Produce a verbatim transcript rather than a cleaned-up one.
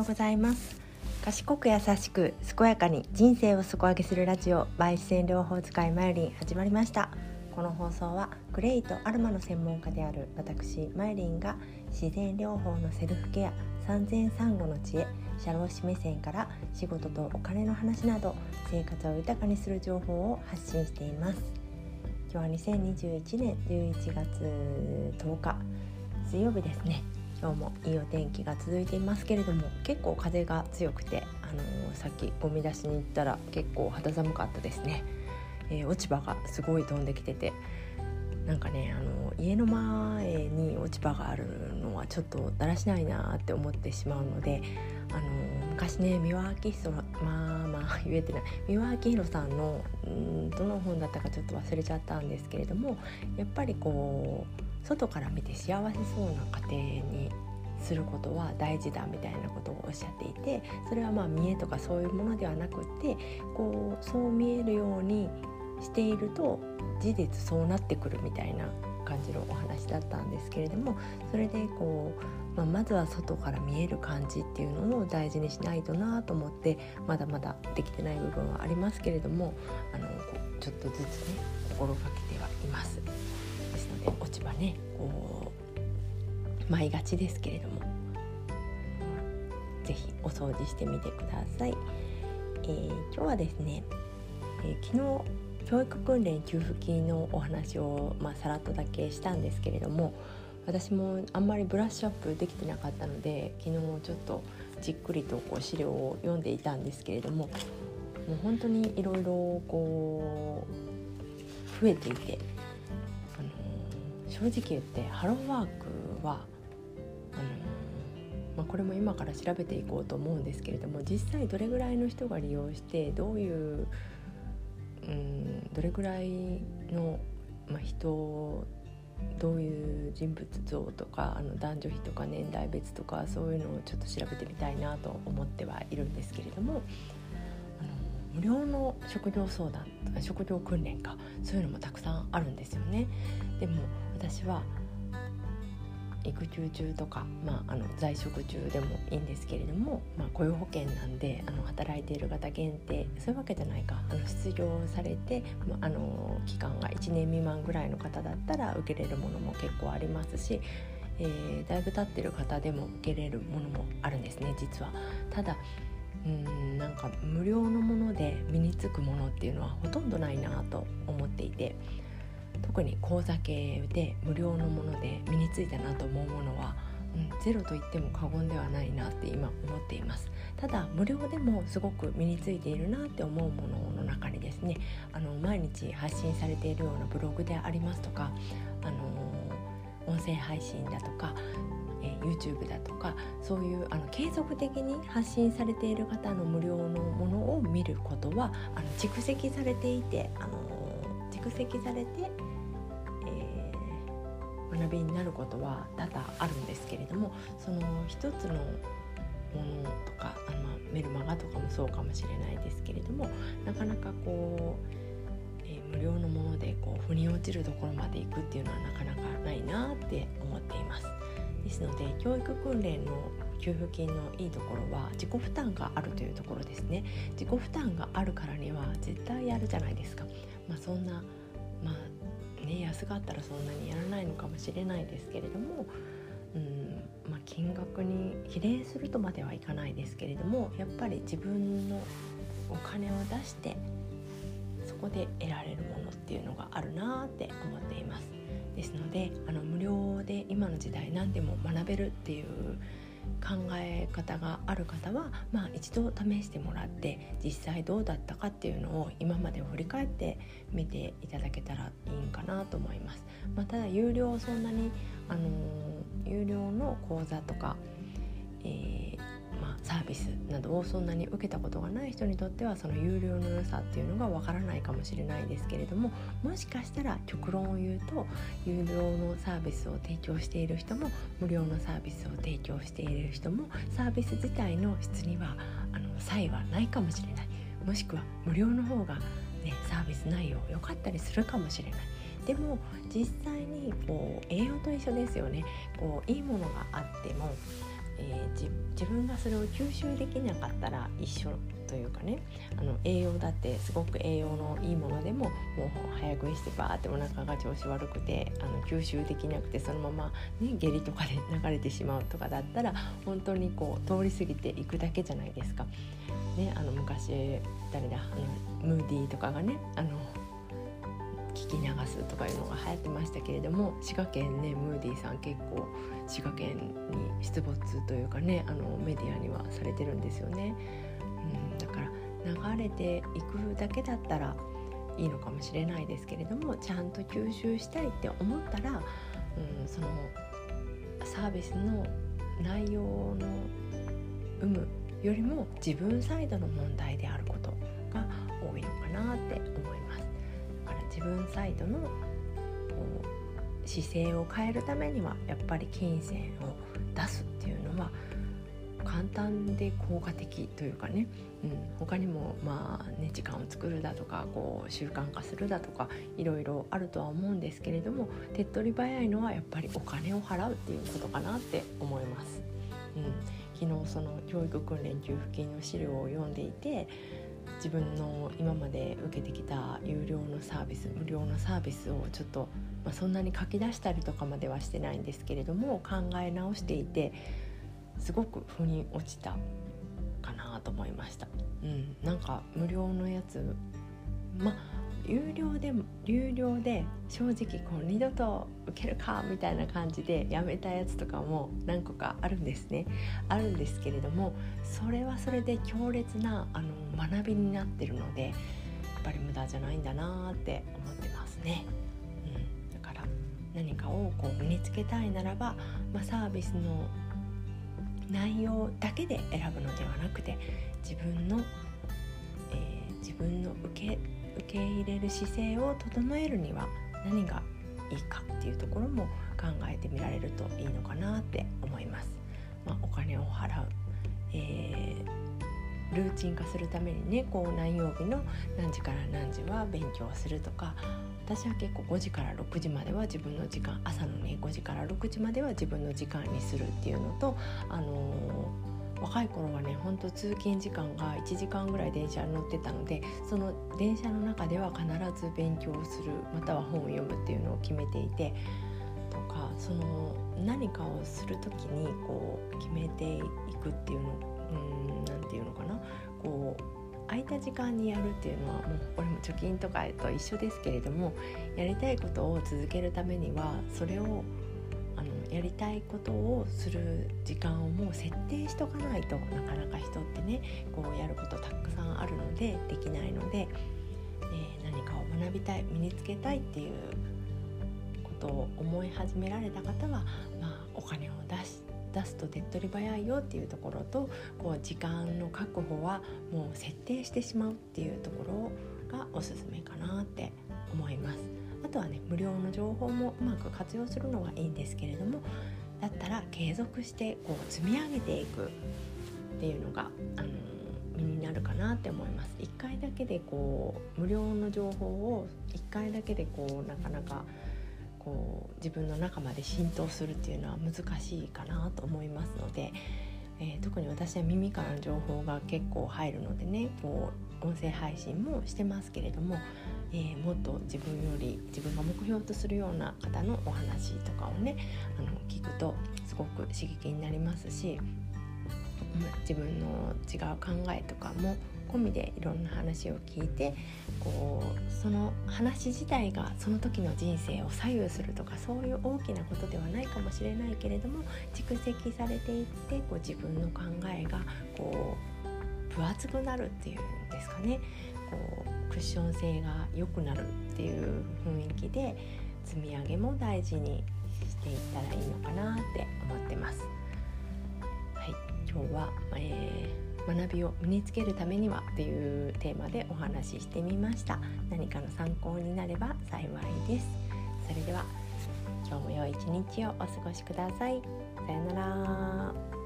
ございます。賢く優しく健やかに人生を底上げするラジオ by 自然療法使いマユリン始まりました。この放送はクレイとアロマの専門家である私マユリンが自然療法のセルフケア、産前産後の知恵、社労士目線から仕事とお金の話など生活を豊かにする情報を発信しています。今日はにせんにじゅういちねんじゅういちがつとおか水曜日ですね。今日もいいお天気が続いていますけれども、結構風が強くて、あのー、さっきゴミ出しに行ったら結構肌寒かったですね。えー、落ち葉がすごい飛んできてて、なんかね、あのー、家の前に落ち葉があるのはちょっとだらしないなって思ってしまうので、あのー、昔ね三輪明宏まあまあ言えてない三輪明宏さんのんどの本だったかちょっと忘れちゃったんですけれども、やっぱりこう外から見て幸せそうな家庭にすることは大事だみたいなことをおっしゃっていて、それはまあ見栄とかそういうものではなくって、こうそう見えるようにしていると事実そうなってくるみたいな感じのお話だったんですけれども、それでこう、まあ、まずは外から見える感じっていうのを大事にしないとなと思って、まだまだできてない部分はありますけれども、あのちょっとずつね心がけてはいます。ですので落ち葉ねこう舞いがちですけれども、ぜひお掃除してみてください。えー、今日はですね、えー、昨日教育訓練給付金のお話を、まあ、さらっとだけしたんですけれども、私もあんまりブラッシュアップできてなかったので、昨日ちょっとじっくりとこう資料を読んでいたんですけれども、もう本当にいろいろこう増えていて、正直言ってハローワークはあの、まあ、これも今から調べていこうと思うんですけれども、実際どれぐらいの人が利用して、どういう、うん、どれぐらいの、まあ、人、どういう人物像とか、あの男女比とか年代別とか、そういうのをちょっと調べてみたいなと思ってはいるんですけれども、あの無料の職業相談、職業訓練か、そういうのもたくさんあるんですよね。でも私は育休中とか、まあ、あの在職中でもいいんですけれども、まあ、雇用保険なんであの働いている方限定、そういうわけじゃないか、あの失業されて、まあ、あの期間がいちねん未満ぐらいの方だったら受けれるものも結構ありますし、えー、だいぶ経ってる方でも受けれるものもあるんですね、実は。ただうーんなんか無料のもので身につくものっていうのはほとんどないなと思っていて、特に講座系で無料のもので身についたなと思うものは、うん、ゼロと言っても過言ではないなって今思っています。ただ無料でもすごく身についているなって思うものの中にですね、あの毎日発信されているようなブログでありますとか、あの音声配信だとか、えー、YouTube だとか、そういうあの継続的に発信されている方の無料のものを見ることは、あの蓄積されていて、あの蓄積されて学びになることは多々あるんですけれども、その一つのものとか、あのメルマガとかもそうかもしれないですけれども、なかなかこう、えー、無料のものでこう腑に落ちるところまで行くっていうのはなかなかないなって思っています。ですので教育訓練の給付金のいいところは自己負担があるというところですね。自己負担があるからには絶対やるじゃないですか。まあそんなまあね、安かったらそんなにやらないのかもしれないですけれども、うんまあ、金額に比例するとまではいかないですけれども、やっぱり自分のお金を出してそこで得られるものっていうのがあるなって思っています。ですのであの無料で今の時代何でも学べるっていう考え方がある方は、まあ、一度試してもらって実際どうだったかっていうのを今までを振り返ってみていただけたらいいんかなと思います。まあ、ただ有料そんなに、あのー、有料の講座とか、えーまあ、サービスなどをそんなに受けたことがない人にとってはその有料の良さっていうのがわからないかもしれないですけれども、もしかしたら極論を言うと有料のサービスを提供している人も無料のサービスを提供している人もサービス自体の質にはあの差異はないかもしれない。もしくは無料の方が、ね、サービス内容良かったりするかもしれない。でも実際にこう栄養と一緒ですよね。こういいものがあってもえー、自, 自分がそれを吸収できなかったら一緒というかね、あの栄養だってすごく栄養のいいものでももう早食いしてバーってお腹が調子悪くてあの吸収できなくてそのまま、ね、下痢とかで流れてしまうとかだったら本当にこう通り過ぎていくだけじゃないですか、ね、あの昔誰だあのムーディーとかがねあの聞き流すとかいうのが流行ってましたけれども、滋賀県ねムーディーさん結構滋賀県に出没というかねあのメディアにはされてるんですよね、うん、だから流れていくだけだったらいいのかもしれないですけれども、ちゃんと吸収したいって思ったら、うん、そのサービスの内容の有無よりも自分サイドの問題であることが多いのかなって思います。だから自分サイドのこう姿勢を変えるためにはやっぱり金銭を出すっていうのは簡単で効果的というかね、うん、他にもまあね時間を作るだとかこう習慣化するだとかいろいろあるとは思うんですけれども、手っ取り早いのはやっぱりお金を払うっていうことかなって思います、うん、昨日その教育訓練給付金の資料を読んでいて、自分の今まで受けてきた有料のサービス無料のサービスをちょっと、まあ、そんなに書き出したりとかまではしてないんですけれども考え直していてすごく腑に落ちたかなと思いました、うん、なんか無料のやつまあ有料でも有料で正直こう二度と受けるかみたいな感じでやめたやつとかも何個かあるんですねあるんですけれども、それはそれで強烈なあの学びになってるのでやっぱり無駄じゃないんだなって思ってますね、うん、だから何かをこう身につけたいならば、まあ、サービスの内容だけで選ぶのではなくて自分の、えー、自分の受け受け入れる姿勢を整えるには何がいいかっていうところも考えてみられるといいのかなって思います、まあ、お金を払う、えー、ルーチン化するためにねこう何曜日の何時から何時は勉強するとか、私は結構ごじからろくじまでは自分の時間、朝のねごじからろくじまでは自分の時間にするっていうのと、あのー若い頃はね本当通勤時間がいちじかんぐらい電車に乗ってたので、その電車の中では必ず勉強するまたは本を読むっていうのを決めていてとか、その何かをするときにこう決めていくっていうのうーんなんていうのかなこう空いた時間にやるっていうのはもうこれも貯金とかと一緒ですけれども、やりたいことを続けるためにはそれをあのやりたいことをする時間をもう設定しとかないとなかなか人ってねこうやることたくさんあるのでできないので、えー、何かを学びたい身につけたいっていうことを思い始められた方は、まあ、お金を出し出すと手っ取り早いよっていうところと、こう時間の確保はもう設定してしまうっていうところがおすすめかなって思います。あとはね無料の情報もうまく活用するのがいいんですけれども、だったら継続してこう積み上げていくっていうのが、あの身になるかなって思います。いっかいだけでこう無料の情報をいっかいだけでこうなかなかこう自分の中まで浸透するっていうのは難しいかなと思いますので、えー、特に私は耳からの情報が結構入るのでねこう音声配信もしてますけれども、えー、もっと自分より自分が目標とするような方のお話とかをねあの聞くとすごく刺激になりますし、自分の違う考えとかも込みでいろんな話を聞いてこうその話自体がその時の人生を左右するとかそういう大きなことではないかもしれないけれども、蓄積されていってこう自分の考えがこう分厚くなるっていうんですかね、こうクッション性が良くなるっていう雰囲気で積み上げも大事にしていったらいいのかなって思ってます。はい、今日は、えー学びを身につけるためにはっていうテーマでお話ししてみました。何かの参考になれば幸いです。それでは今日も良い一日をお過ごしください。さよなら。